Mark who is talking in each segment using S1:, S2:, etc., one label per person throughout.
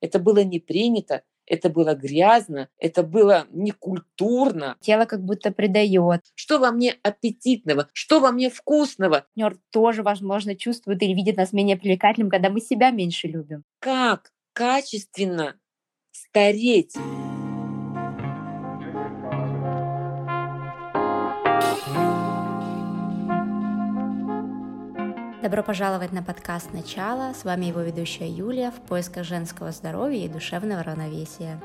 S1: Это было не принято, это было грязно, это было некультурно.
S2: Тело как будто предает.
S1: Что во мне аппетитного, что во мне вкусного?
S2: Партнер тоже, возможно, чувствует или видит нас менее привлекательным, когда мы себя меньше любим.
S1: Как качественно стареть?
S2: Добро пожаловать на подкаст «Начало». С вами его ведущая Юлия в поисках женского здоровья и душевного равновесия.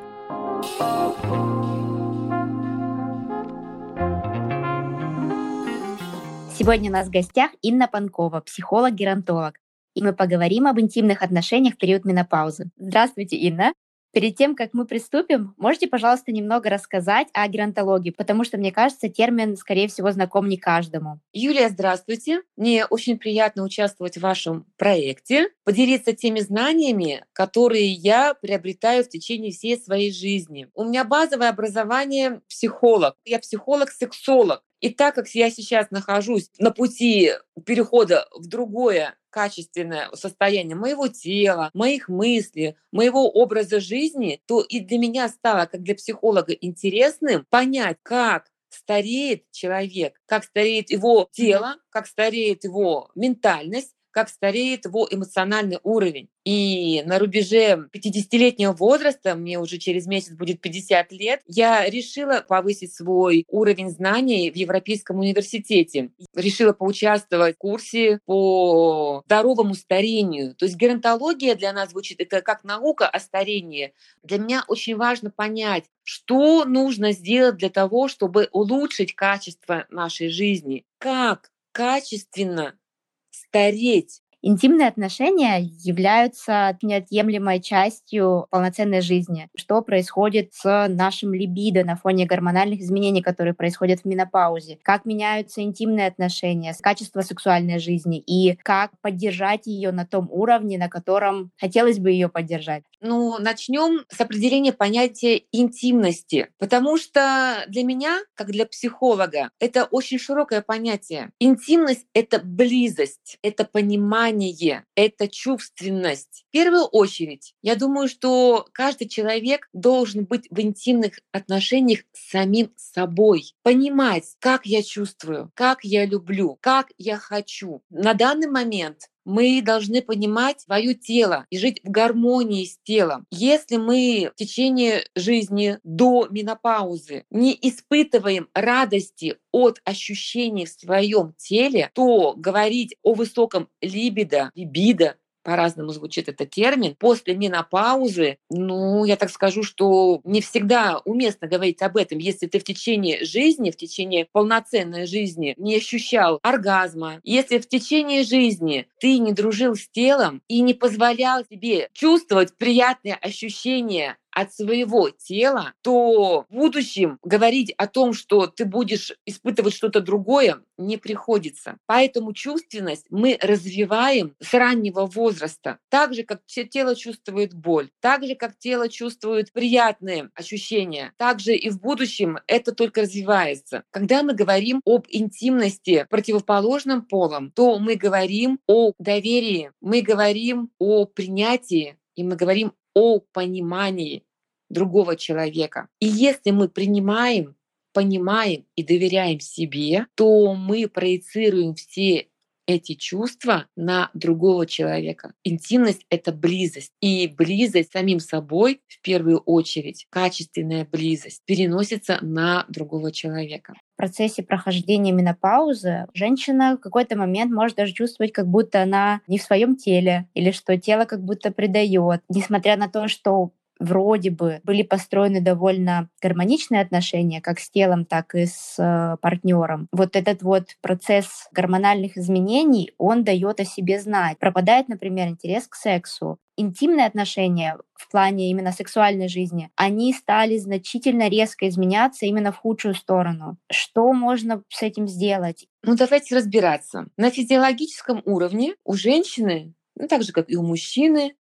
S2: Сегодня у нас в гостях Инна Панкова, психолог-геронтолог. И мы поговорим об интимных отношениях в период менопаузы. Здравствуйте, Инна. Перед тем, как мы приступим, можете, пожалуйста, немного рассказать о геронтологии, потому что, мне кажется, термин, скорее всего, знаком не каждому.
S1: Юлия, здравствуйте. Мне очень приятно участвовать в вашем проекте, поделиться теми знаниями, которые я приобретаю в течение всей своей жизни. У меня базовое образование психолог. Я психолог-сексолог. И так как я сейчас нахожусь на пути перехода в другое качественное состояние моего тела, моих мыслей, моего образа жизни, то и для меня стало, как для психолога, интересным понять, как стареет человек, как стареет его тело, как стареет его ментальность, как стареет его эмоциональный уровень. И на рубеже 50-летнего возраста, мне уже через месяц будет 50 лет, я решила повысить свой уровень знаний в Европейском университете. Решила поучаствовать в курсе по здоровому старению. То есть геронтология для нас звучит, это как наука о старении. Для меня очень важно понять, что нужно сделать для того, чтобы улучшить качество нашей жизни. Как качественно стареть.
S2: Интимные отношения являются неотъемлемой частью полноценной жизни. Что происходит с нашим либидо на фоне гормональных изменений, которые происходят в менопаузе? Как меняются интимные отношения, качество сексуальной жизни и как поддержать ее на том уровне, на котором хотелось бы ее поддержать?
S1: Начнем с определения понятия интимности, потому что для меня, как для психолога, это очень широкое понятие. Интимность — это близость, это понимание, это чувственность. В первую очередь, я думаю, что каждый человек должен быть в интимных отношениях с самим собой, понимать, как я чувствую, как я люблю, как я хочу. На данный момент мы должны понимать свое тело и жить в гармонии с телом. Если мы в течение жизни до менопаузы не испытываем радости от ощущений в своем теле, то говорить о высоком либидо, по-разному звучит этот термин, после менопаузы, я так скажу, что не всегда уместно говорить об этом, если ты в течение жизни, в течение полноценной жизни не ощущал оргазма, если в течение жизни ты не дружил с телом и не позволял себе чувствовать приятные ощущения от своего тела, то в будущем говорить о том, что ты будешь испытывать что-то другое, не приходится. Поэтому чувственность мы развиваем с раннего возраста. Так же, как тело чувствует боль, так же, как тело чувствует приятные ощущения, так же и в будущем это только развивается. Когда мы говорим об интимности противоположным полом, то мы говорим о доверии, мы говорим о принятии, и мы говорим о понимании другого человека. И если мы принимаем, понимаем и доверяем себе, то мы проецируем все эти чувства на другого человека. Интимность — это близость. И близость с самим собой, в первую очередь, качественная близость, переносится на другого человека.
S2: В процессе прохождения менопаузы женщина в какой-то момент может даже чувствовать, как будто она не в своем теле, или что тело как будто предает. Несмотря на то, что вроде бы были построены довольно гармоничные отношения как с телом, так и с партнером. Вот этот вот процесс гормональных изменений, он дает о себе знать. Пропадает, например, интерес к сексу. Интимные отношения в плане именно сексуальной жизни, они стали значительно резко изменяться именно в худшую сторону. Что можно с этим сделать?
S1: Давайте разбираться. На физиологическом уровне у женщины, так же, как и у мужчины,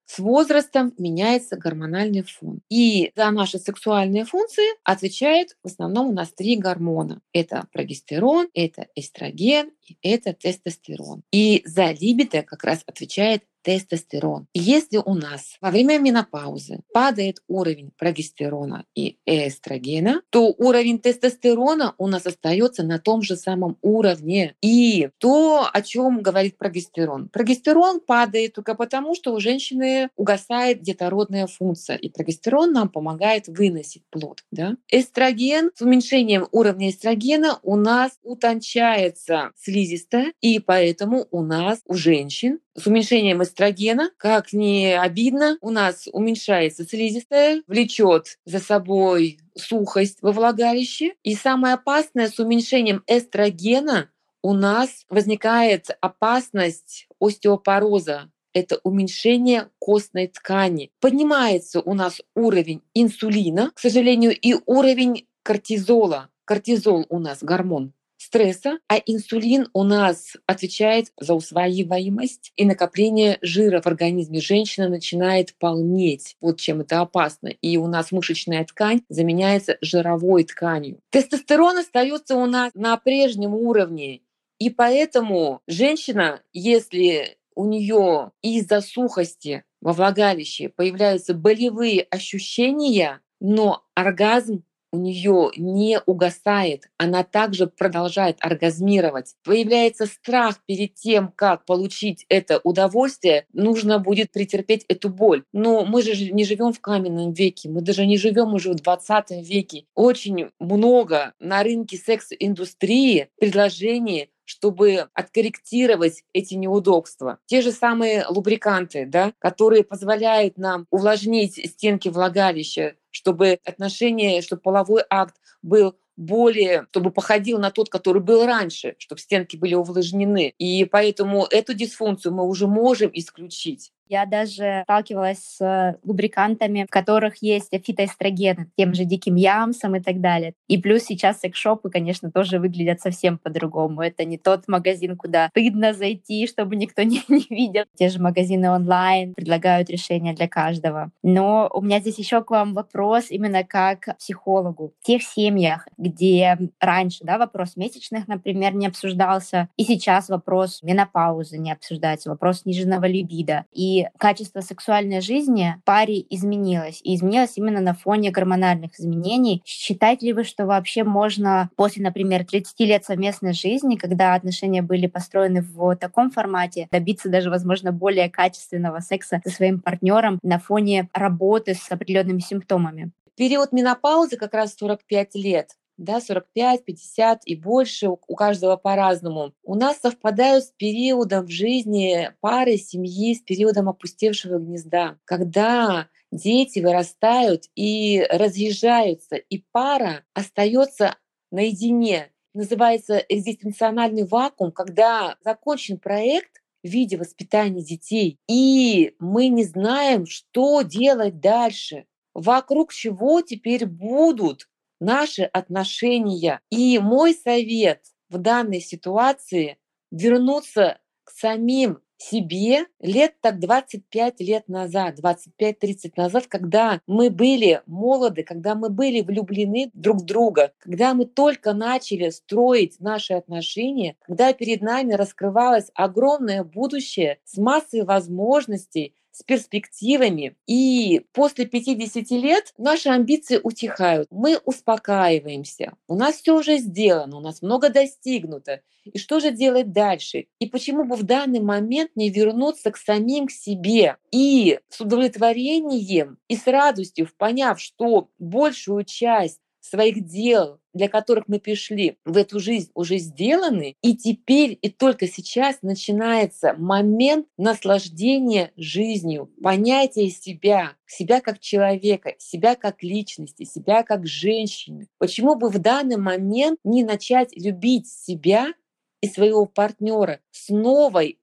S1: С возрастом меняется гормональный фон. И за наши сексуальные функции отвечает в основном у нас 3 гормона. Это прогестерон, это эстроген и это тестостерон. И за либидо как раз отвечает тестостерон. И если у нас во время менопаузы падает уровень прогестерона и эстрогена, то уровень тестостерона у нас остается на том же самом уровне. И то, о чем говорит прогестерон. Прогестерон падает только потому, что у женщины угасает детородная функция, и прогестерон нам помогает выносить плод. Да? Эстроген, с уменьшением уровня эстрогена у нас утончается слизистая, и поэтому у нас, у женщин, с уменьшением эстрогена, как ни обидно, у нас уменьшается слизистая, влечет за собой сухость во влагалище. И самое опасное, с уменьшением эстрогена у нас возникает опасность остеопороза. Это уменьшение костной ткани. Поднимается у нас уровень инсулина, к сожалению, и уровень кортизола. Кортизол у нас гормон стресса, а инсулин у нас отвечает за усваиваемость и накопление жира в организме. Женщина начинает полнеть. Вот чем это опасно. И у нас мышечная ткань заменяется жировой тканью. Тестостерон остается у нас на прежнем уровне. И поэтому женщина, если у нее из-за сухости во влагалище появляются болевые ощущения, но оргазм у нее не угасает, она также продолжает оргазмировать. Появляется страх перед тем, как получить это удовольствие, нужно будет претерпеть эту боль. Но мы же не живем в каменном веке, мы даже не живем уже в 20 веке. Очень много на рынке секс-индустрии предложений, чтобы откорректировать эти неудобства. Те же самые лубриканты, да, которые позволяют нам увлажнить стенки влагалища, чтобы отношения, чтобы половой акт был более, чтобы походил на тот, который был раньше, чтобы стенки были увлажнены. И поэтому эту дисфункцию мы уже можем исключить.
S2: Я даже сталкивалась с лубрикантами, в которых есть фитоэстрогены, тем же диким ямсом и так далее. И плюс сейчас секс-шопы, конечно, тоже выглядят совсем по-другому. Это не тот магазин, куда стыдно зайти, чтобы никто не видел. Те же магазины онлайн предлагают решения для каждого. Но у меня здесь еще к вам вопрос именно как к психологу. В тех семьях, где раньше, да, вопрос месячных, например, не обсуждался, и сейчас вопрос менопаузы не обсуждается, вопрос сниженного либидо. И качество сексуальной жизни в паре изменилось. И изменилось именно на фоне гормональных изменений. Считаете ли вы, что вообще можно после, например, 30 лет совместной жизни, когда отношения были построены в таком формате, добиться даже, возможно, более качественного секса со своим партнером на фоне работы с определенными симптомами?
S1: Период менопаузы как раз 45 лет. Да, 45, 50 и больше, у каждого по-разному. У нас совпадают с периодом в жизни пары, семьи, с периодом опустевшего гнезда, когда дети вырастают и разъезжаются, и пара остается наедине. Называется экзистенциональный вакуум, когда закончен проект в виде воспитания детей, и мы не знаем, что делать дальше, вокруг чего теперь будут наши отношения. И мой совет в данной ситуации — вернуться к самим себе лет так 25 лет назад, 25-30 назад, когда мы были молоды, когда мы были влюблены друг в друга, когда мы только начали строить наши отношения, когда перед нами раскрывалось огромное будущее с массой возможностей, с перспективами. И после 50 лет наши амбиции утихают. Мы успокаиваемся. У нас все уже сделано, у нас много достигнуто. И что же делать дальше? И почему бы в данный момент не вернуться к самим к себе и с удовлетворением и с радостью, поняв, что большую часть своих дел, для которых мы пришли в эту жизнь, уже сделаны, и теперь и только сейчас начинается момент наслаждения жизнью, понятия себя как человека, себя как личности, себя как женщины. Почему бы в данный момент не начать любить себя и своего партнера с новой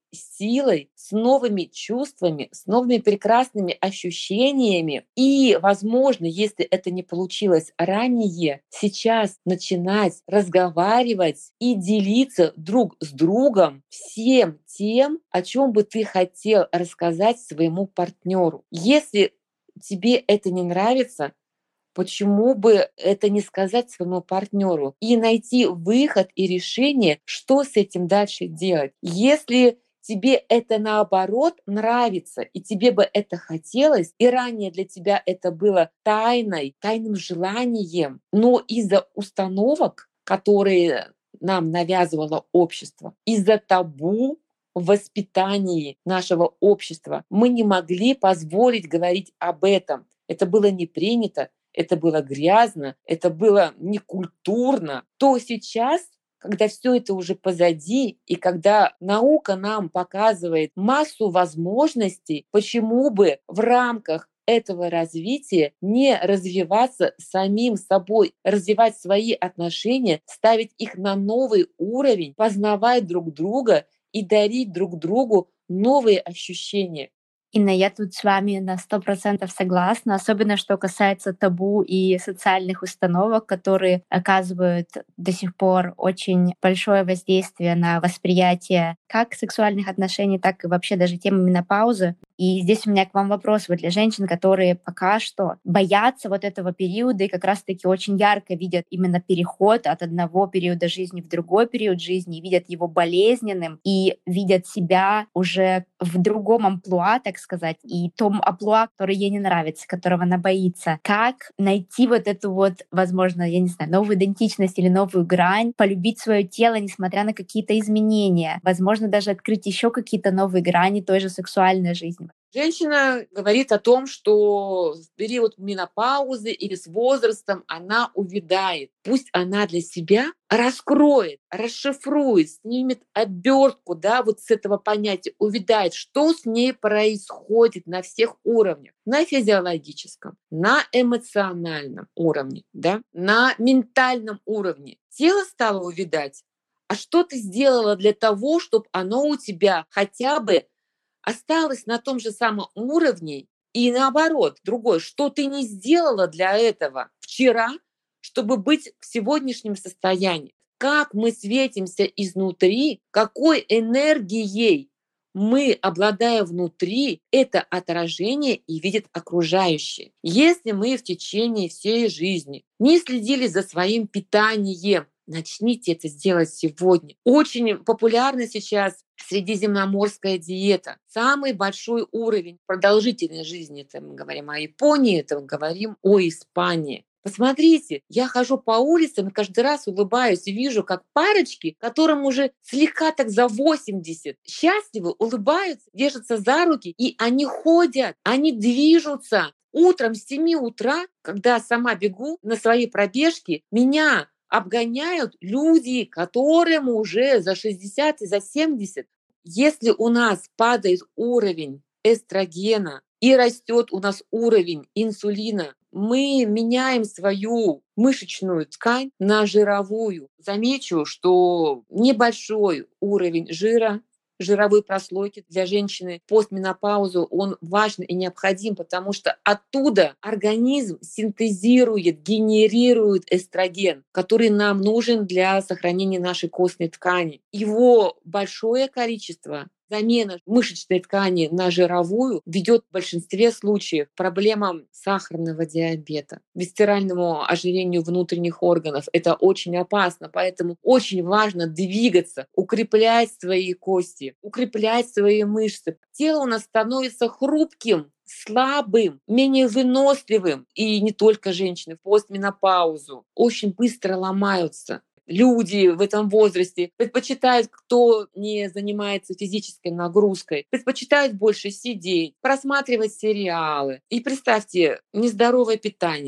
S1: силой, с новыми чувствами, с новыми прекрасными ощущениями. И, возможно, если это не получилось ранее, сейчас начинать разговаривать и делиться друг с другом всем тем, о чем бы ты хотел рассказать своему партнеру. Если тебе это не нравится, почему бы это не сказать своему партнеру и найти выход и решение, что с этим дальше делать. Если тебе это наоборот нравится, и тебе бы это хотелось, и ранее для тебя это было тайным желанием, но из-за установок, которые нам навязывало общество, из-за табу в воспитании нашего общества мы не могли позволить говорить об этом. Это было не принято, это было грязно, это было некультурно, то сейчас, когда все это уже позади, и когда наука нам показывает массу возможностей, почему бы в рамках этого развития не развиваться самим собой, развивать свои отношения, ставить их на новый уровень, познавать друг друга и дарить друг другу новые ощущения.
S2: Инна, я тут с вами на 100% согласна, особенно что касается табу и социальных установок, которые оказывают до сих пор очень большое воздействие на восприятие как сексуальных отношений, так и вообще даже темы менопаузы. И здесь у меня к вам вопрос вот для женщин, которые пока что боятся вот этого периода и как раз-таки очень ярко видят именно переход от одного периода жизни в другой период жизни, видят его болезненным и видят себя уже в другом амплуа, так сказать, и том амплуа, который ей не нравится, которого она боится. Как найти вот эту вот, возможно, я не знаю, новую идентичность или новую грань, полюбить свое тело, несмотря на какие-то изменения, возможно, даже открыть еще какие-то новые грани той же сексуальной жизни.
S1: Женщина говорит о том, что в период менопаузы или с возрастом она увядает. Пусть она для себя раскроет, расшифрует, снимет обертку, да, вот с этого понятия увядает, что с ней происходит на всех уровнях. На физиологическом, на эмоциональном уровне, да, на ментальном уровне. Тело стало увядать. А что ты сделала для того, чтобы оно у тебя хотя бы осталась на том же самом уровне, и наоборот, другое, что ты не сделала для этого вчера, чтобы быть в сегодняшнем состоянии. Как мы светимся изнутри, какой энергией мы, обладая внутри, это отражение и видят окружающие. Если мы в течение всей жизни не следили за своим питанием, начните это сделать сегодня. Очень популярна сейчас средиземноморская диета. Самый большой уровень продолжительной жизни, это мы говорим о Японии, это мы говорим о Испании. Посмотрите, я хожу по улицам и каждый раз улыбаюсь и вижу, как парочки, которым уже слегка так за 80, счастливы, улыбаются, держатся за руки, и они ходят, они движутся. Утром с 7 утра, когда сама бегу на свои пробежки, меня обгоняют люди, которым уже за 60 и за 70. Если у нас падает уровень эстрогена и растет у нас уровень инсулина, мы меняем свою мышечную ткань на жировую. Замечу, что небольшой уровень жира, жировой прослойки для женщины в постменопаузу, он важен и необходим, потому что оттуда организм синтезирует, генерирует эстроген, который нам нужен для сохранения нашей костной ткани. Его большое количество, замена мышечной ткани на жировую, ведет в большинстве случаев к проблемам сахарного диабета, висцеральному ожирению внутренних органов. Это очень опасно, поэтому очень важно двигаться, укреплять свои кости, укреплять свои мышцы. Тело у нас становится хрупким, слабым, менее выносливым. И не только женщины в постменопаузу очень быстро ломаются. Люди в этом возрасте предпочитают, кто не занимается физической нагрузкой, предпочитают больше сидеть, просматривать сериалы. И представьте, нездоровое питание,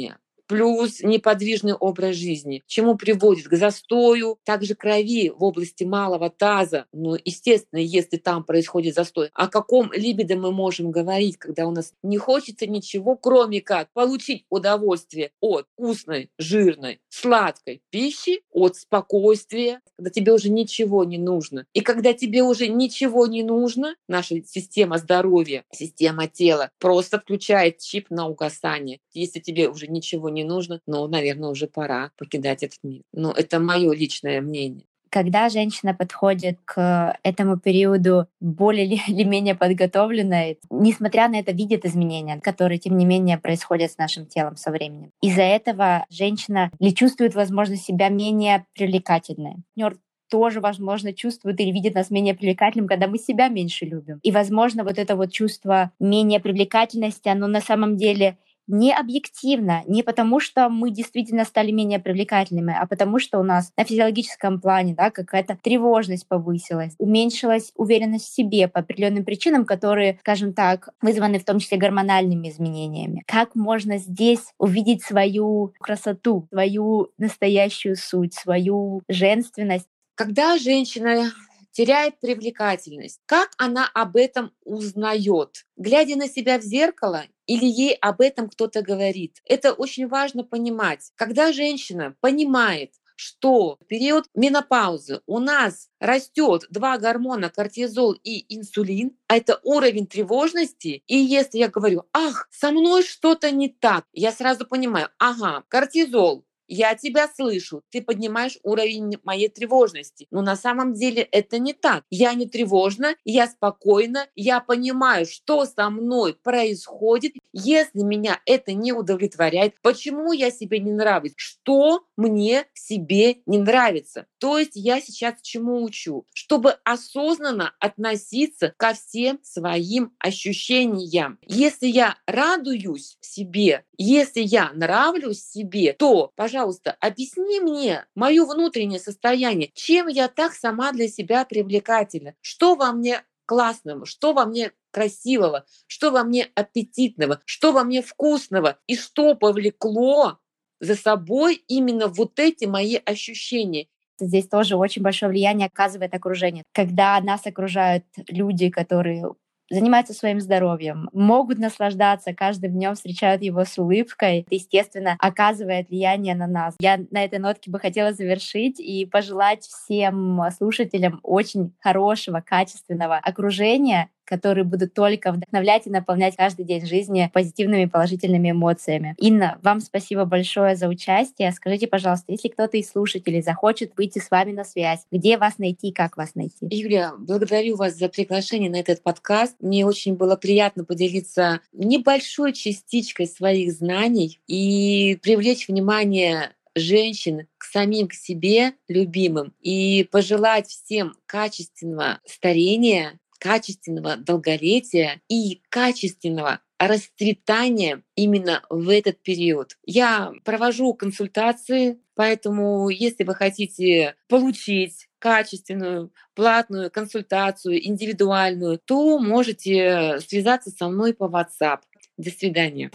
S1: плюс неподвижный образ жизни, к чему приводит? К застою также крови в области малого таза. Ну, естественно, если там происходит застой, о каком либидо мы можем говорить, когда у нас не хочется ничего, кроме как получить удовольствие от вкусной, жирной, сладкой пищи, от спокойствия, когда тебе уже ничего не нужно. И когда тебе уже ничего не нужно, наша система здоровья, система тела просто включает чип на угасание. Если тебе уже ничего не нужно, наверное, уже пора покидать этот мир. Но это мое личное мнение.
S2: Когда женщина подходит к этому периоду более или менее подготовленной, несмотря на это, видит изменения, которые, тем не менее, происходят с нашим телом со временем. Из-за этого женщина ли чувствует, возможно, себя менее привлекательной. Партнер тоже, возможно, чувствует или видит нас менее привлекательным, когда мы себя меньше любим. И, возможно, вот это вот чувство менее привлекательности, оно на самом деле не объективно, не потому что мы действительно стали менее привлекательными, а потому что у нас на физиологическом плане какая-то тревожность повысилась, уменьшилась уверенность в себе по определенным причинам, которые, скажем так, вызваны в том числе гормональными изменениями. Как можно здесь увидеть свою красоту, свою настоящую суть, свою женственность?
S1: Когда женщина теряет привлекательность, как она об этом узнает? Глядя на себя в зеркало или ей об этом кто-то говорит? Это очень важно понимать. Когда женщина понимает, что в период менопаузы у нас растет два гормона кортизол и инсулин, а это уровень тревожности. И если я говорю, ах, со мной что-то не так, я сразу понимаю, ага, кортизол, я тебя слышу, ты поднимаешь уровень моей тревожности. Но на самом деле это не так. Я не тревожна, я спокойна, я понимаю, что со мной происходит. Если меня это не удовлетворяет, почему я себе не нравлюсь, что мне в себе не нравится. То есть я сейчас чему учу? Чтобы осознанно относиться ко всем своим ощущениям. Если я радуюсь себе, если я нравлюсь себе, то, пожалуйста, объясни мне моё внутреннее состояние, чем я так сама для себя привлекательна, что во мне классного, что во мне красивого, что во мне аппетитного, что во мне вкусного и что повлекло за собой именно вот эти мои ощущения.
S2: Здесь тоже очень большое влияние оказывает окружение. Когда нас окружают люди, которые занимаются своим здоровьем, могут наслаждаться каждым днем, встречают его с улыбкой, это, естественно, оказывает влияние на нас. Я на этой нотке бы хотела завершить и пожелать всем слушателям очень хорошего, качественного окружения, которые будут только вдохновлять и наполнять каждый день жизни позитивными, положительными эмоциями. Инна, вам спасибо большое за участие. Скажите, пожалуйста, если кто-то из слушателей захочет выйти с вами на связь, где вас найти, как вас найти?
S1: Юлия, благодарю вас за приглашение на этот подкаст. Мне очень было приятно поделиться небольшой частичкой своих знаний и привлечь внимание женщин к самим к себе любимым и пожелать всем качественного старения, качественного долголетия и качественного расцветания именно в этот период. Я провожу консультации, поэтому если вы хотите получить качественную, платную консультацию, индивидуальную, то можете связаться со мной по WhatsApp. До свидания.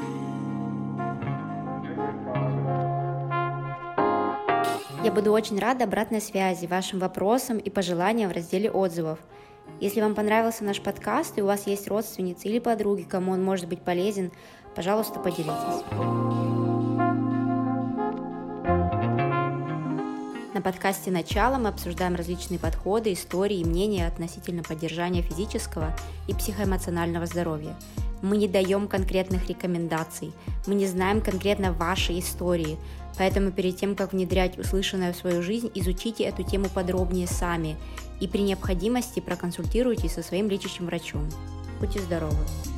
S2: Я буду очень рада обратной связи, вашим вопросам и пожеланиям в разделе отзывов. Если вам понравился наш подкаст и у вас есть родственницы или подруги, кому он может быть полезен, пожалуйста, поделитесь. На подкасте «Начало» мы обсуждаем различные подходы, истории и мнения относительно поддержания физического и психоэмоционального здоровья. Мы не даем конкретных рекомендаций, мы не знаем конкретно вашей истории, поэтому перед тем, как внедрять услышанное в свою жизнь, изучите эту тему подробнее сами и при необходимости проконсультируйтесь со своим лечащим врачом. Будьте здоровы!